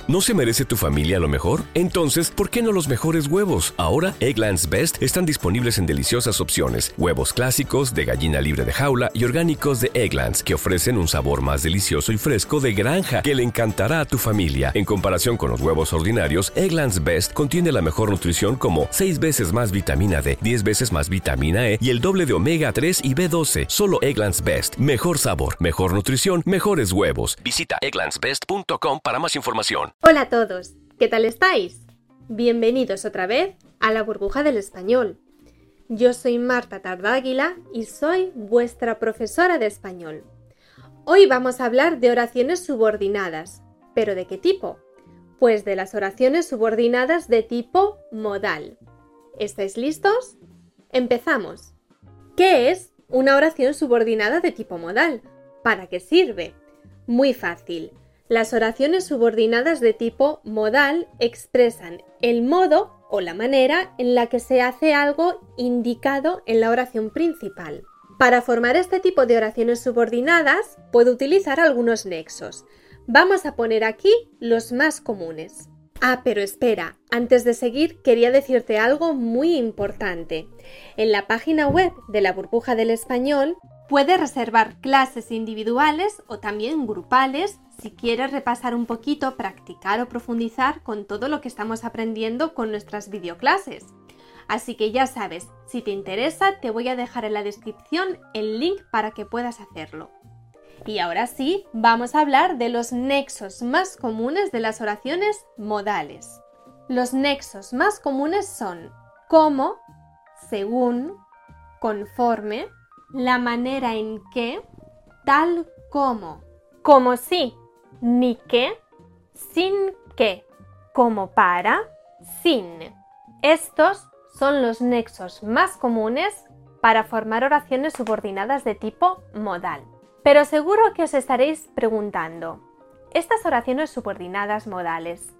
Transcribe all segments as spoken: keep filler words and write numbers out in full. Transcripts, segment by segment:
¿No se merece tu familia lo mejor? Entonces, ¿por qué no los mejores huevos? Ahora, Eggland's Best están disponibles en deliciosas opciones. Huevos clásicos, de gallina libre de jaula y orgánicos de Eggland's, que ofrecen un sabor más delicioso y fresco de granja que le encantará a tu familia. En comparación con los huevos ordinarios, Eggland's Best contiene la mejor nutrición como seis veces más vitamina D, diez veces más vitamina E y el doble de omega tres y B doce. Solo Eggland's Best. Mejor sabor, mejor nutrición, mejores huevos. Visita egglands best punto com para más información. Hola a todos, ¿qué tal estáis? Bienvenidos otra vez a la burbuja del español. Yo soy Marta Tardáguila y soy vuestra profesora de español. Hoy vamos a hablar de oraciones subordinadas. ¿Pero de qué tipo? Pues de las oraciones subordinadas de tipo modal. ¿Estáis listos? Empezamos. ¿Qué es una oración subordinada de tipo modal? ¿Para qué sirve? Muy fácil. Las oraciones subordinadas de tipo modal expresan el modo o la manera en la que se hace algo indicado en la oración principal. Para formar este tipo de oraciones subordinadas, puedo utilizar algunos nexos. Vamos a poner aquí los más comunes. Ah, pero espera, antes de seguir quería decirte algo muy importante. En la página web de la Burbuja del Español puedes reservar clases individuales o también grupales si quieres repasar un poquito, practicar o profundizar con todo lo que estamos aprendiendo con nuestras videoclases. Así que ya sabes, si te interesa te voy a dejar en la descripción el link para que puedas hacerlo. Y ahora sí, vamos a hablar de los nexos más comunes de las oraciones modales. Los nexos más comunes son como, según, conforme, la manera en que, tal como, como si, ni que, sin que, como para, sin. Estos son los nexos más comunes para formar oraciones subordinadas de tipo modal. Pero seguro que os estaréis preguntando, estas oraciones subordinadas modales,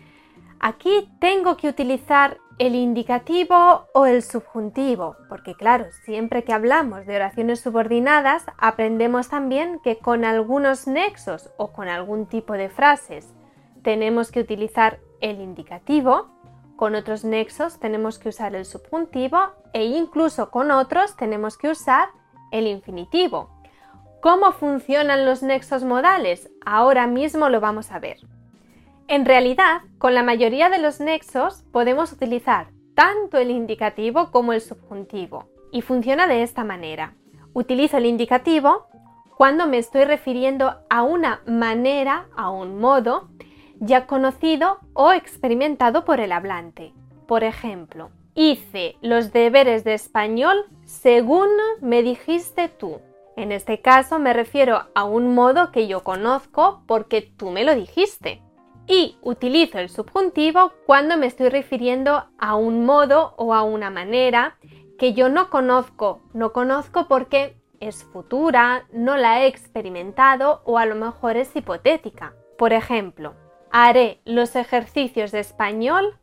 ¿aquí tengo que utilizar el indicativo o el subjuntivo? Porque claro, siempre que hablamos de oraciones subordinadas, aprendemos también que con algunos nexos o con algún tipo de frases tenemos que utilizar el indicativo, con otros nexos tenemos que usar el subjuntivo e incluso con otros tenemos que usar el infinitivo. ¿Cómo funcionan los nexos modales? Ahora mismo lo vamos a ver. En realidad, con la mayoría de los nexos podemos utilizar tanto el indicativo como el subjuntivo. Y funciona de esta manera. Utilizo el indicativo cuando me estoy refiriendo a una manera, a un modo, ya conocido o experimentado por el hablante. Por ejemplo, hice los deberes de español según me dijiste tú. En este caso me refiero a un modo que yo conozco porque tú me lo dijiste. Y utilizo el subjuntivo cuando me estoy refiriendo a un modo o a una manera que yo no conozco. No conozco porque es futura, no la he experimentado o a lo mejor es hipotética. Por ejemplo, haré los ejercicios de español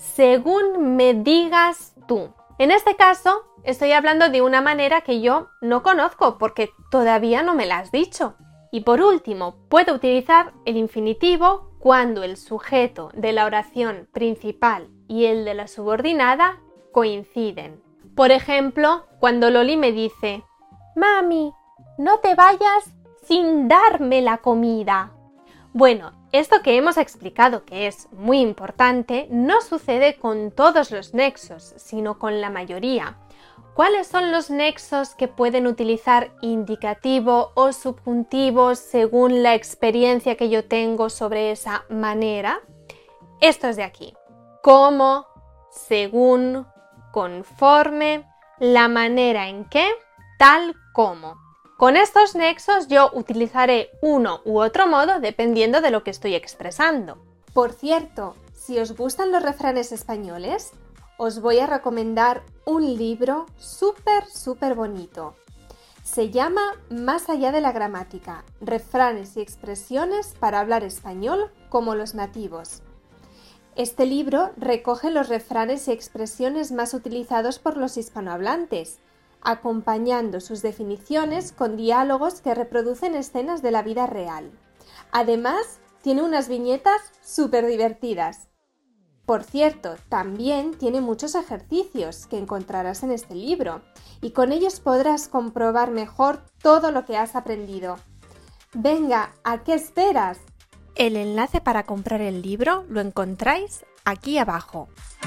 según me digas tú. En este caso, estoy hablando de una manera que yo no conozco porque todavía no me la has dicho. Y por último, puedo utilizar el infinitivo cuando el sujeto de la oración principal y el de la subordinada coinciden. Por ejemplo, cuando Loli me dice: «Mami, no te vayas sin darme la comida». Bueno, esto que hemos explicado que es muy importante no sucede con todos los nexos, sino con la mayoría. ¿Cuáles son los nexos que pueden utilizar indicativo o subjuntivo según la experiencia que yo tengo sobre esa manera? Estos de aquí. Como, según, conforme, la manera en que, tal como. Con estos nexos yo utilizaré uno u otro modo dependiendo de lo que estoy expresando. Por cierto, si os gustan los refranes españoles, os voy a recomendar un libro súper, súper bonito. Se llama Más allá de la gramática, refranes y expresiones para hablar español como los nativos. Este libro recoge los refranes y expresiones más utilizados por los hispanohablantes, acompañando sus definiciones con diálogos que reproducen escenas de la vida real. Además, tiene unas viñetas súper divertidas. Por cierto, también tiene muchos ejercicios que encontrarás en este libro y con ellos podrás comprobar mejor todo lo que has aprendido. Venga, ¿a qué esperas? El enlace para comprar el libro lo encontráis aquí abajo.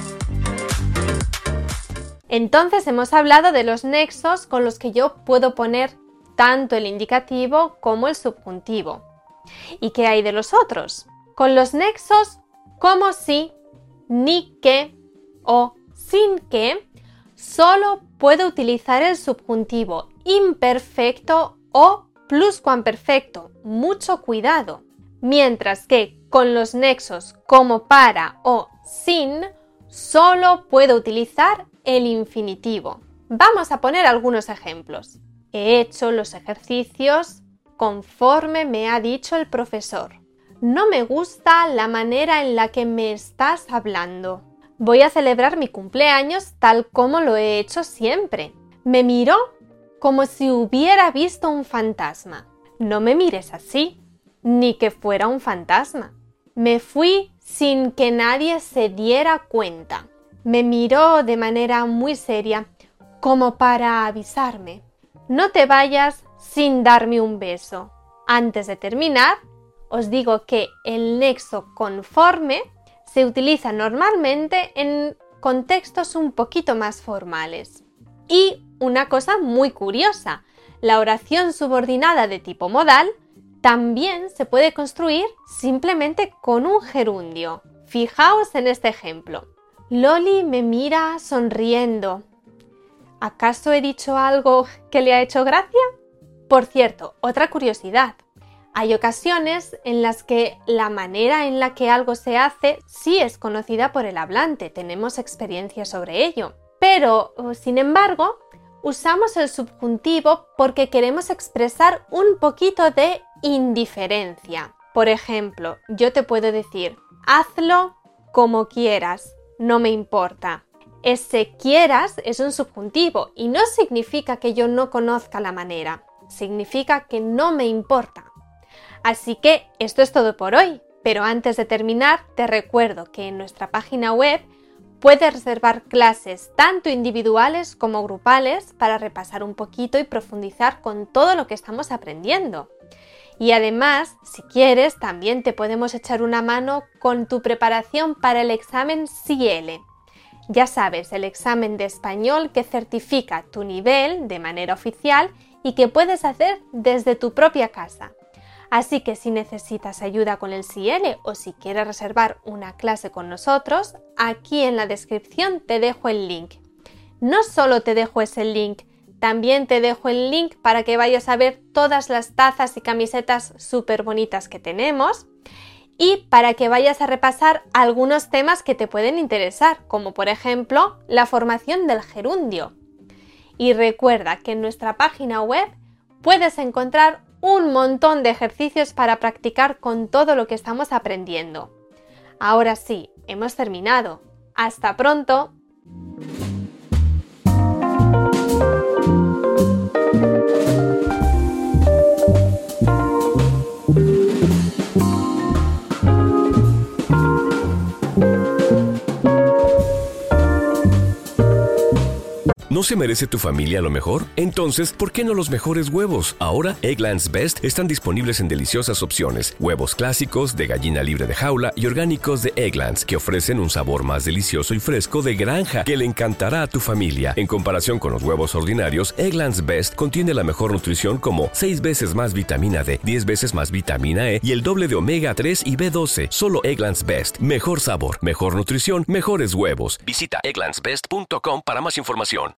Entonces hemos hablado de los nexos con los que yo puedo poner tanto el indicativo como el subjuntivo. ¿Y qué hay de los otros? Con los nexos como si, ni que o sin que, solo puedo utilizar el subjuntivo imperfecto o pluscuamperfecto. Mucho cuidado. Mientras que con los nexos como para o sin, solo puedo utilizar el infinitivo. Vamos a poner algunos ejemplos. He hecho los ejercicios conforme me ha dicho el profesor. No me gusta la manera en la que me estás hablando. Voy a celebrar mi cumpleaños tal como lo he hecho siempre. Me miró como si hubiera visto un fantasma. No me mires así, ni que fuera un fantasma. Me fui sin que nadie se diera cuenta. Me miró de manera muy seria, como para avisarme. No te vayas sin darme un beso. Antes de terminar, os digo que el nexo conforme se utiliza normalmente en contextos un poquito más formales. Y una cosa muy curiosa, la oración subordinada de tipo modal también se puede construir simplemente con un gerundio. Fijaos en este ejemplo. Loli me mira sonriendo. ¿Acaso he dicho algo que le ha hecho gracia? Por cierto, otra curiosidad. Hay ocasiones en las que la manera en la que algo se hace sí es conocida por el hablante, tenemos experiencia sobre ello. Pero, sin embargo, usamos el subjuntivo porque queremos expresar un poquito de indiferencia. Por ejemplo, yo te puedo decir, hazlo como quieras, no me importa. Ese quieras es un subjuntivo y no significa que yo no conozca la manera, significa que no me importa. Así que esto es todo por hoy, pero antes de terminar te recuerdo que en nuestra página web puedes reservar clases tanto individuales como grupales para repasar un poquito y profundizar con todo lo que estamos aprendiendo. Y además, si quieres, también te podemos echar una mano con tu preparación para el examen S I E L. Ya sabes, el examen de español que certifica tu nivel de manera oficial y que puedes hacer desde tu propia casa. Así que si necesitas ayuda con el S I E L o si quieres reservar una clase con nosotros, aquí en la descripción te dejo el link. No solo te dejo ese link, también te dejo el link para que vayas a ver todas las tazas y camisetas súper bonitas que tenemos y para que vayas a repasar algunos temas que te pueden interesar, como por ejemplo la formación del gerundio. Y recuerda que en nuestra página web puedes encontrar un montón de ejercicios para practicar con todo lo que estamos aprendiendo. Ahora sí, hemos terminado. ¡Hasta pronto! ¿No se merece tu familia lo mejor? Entonces, ¿por qué no los mejores huevos? Ahora, Eggland's Best están disponibles en deliciosas opciones. Huevos clásicos, de gallina libre de jaula y orgánicos de Eggland's, que ofrecen un sabor más delicioso y fresco de granja que le encantará a tu familia. En comparación con los huevos ordinarios, Eggland's Best contiene la mejor nutrición como seis veces más vitamina D, diez veces más vitamina E y el doble de omega tres y B doce. Solo Eggland's Best. Mejor sabor, mejor nutrición, mejores huevos. Visita egglands best punto com para más información.